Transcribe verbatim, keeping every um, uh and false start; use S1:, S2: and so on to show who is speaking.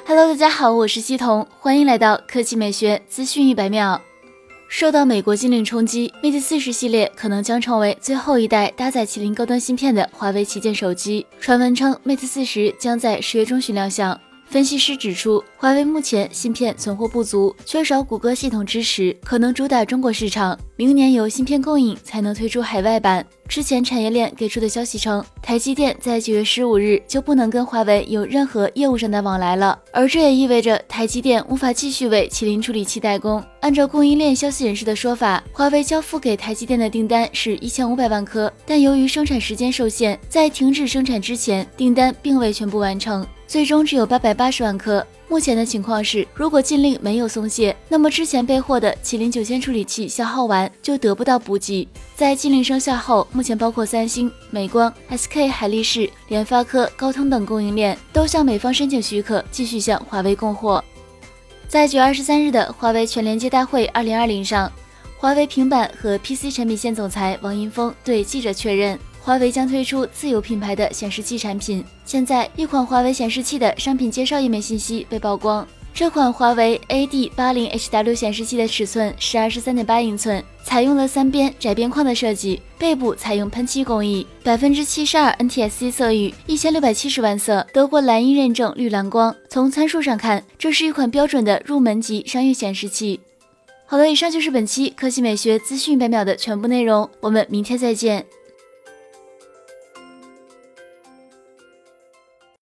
S1: Hello， 大家好，我是西彤，欢迎来到科技美学资讯一百秒。受到美国禁令冲击 ，Mate 四十系列可能将成为最后一代搭载麒麟高端芯片的华为旗舰手机。传闻称 ，Mate 四十将在十月中旬亮相。分析师指出，华为目前芯片存货不足，缺少谷歌系统支持，可能主打中国市场。明年有芯片供应才能推出海外版。之前产业链给出的消息称，台积电在九月十五日就不能跟华为有任何业务上的往来了，而这也意味着台积电无法继续为麒麟处理器代工。按照供应链消息人士的说法，华为交付给台积电的订单是一千五百万颗，但由于生产时间受限，在停止生产之前，订单并未全部完成。最终只有八百八十万颗。目前的情况是，如果禁令没有松懈，那么之前备货的麒麟九千处理器消耗完就得不到补给。在禁令生效后，目前包括三星、美光、S K 海力士、联发科、高通等供应链都向美方申请许可，继续向华为供货。在九月二十三日的华为全连接大会二零二零上，华为平板和 P C 产品线总裁王银峰对记者确认，华为将推出自有品牌的显示器产品。现在，一款华为显示器的商品介绍页面信息被曝光。这款华为 A D 八十 H W 显示器的尺寸是 二十三点八英寸，采用了三边窄边框的设计，背部采用喷漆工艺， 百分之七十二 N T S C 色域，一千六百七十万色，德国蓝鹰认证绿蓝光。从参数上看，这是一款标准的入门级商业显示器。好了，以上就是本期科技美学资讯一百秒的全部内容，我们明天再见。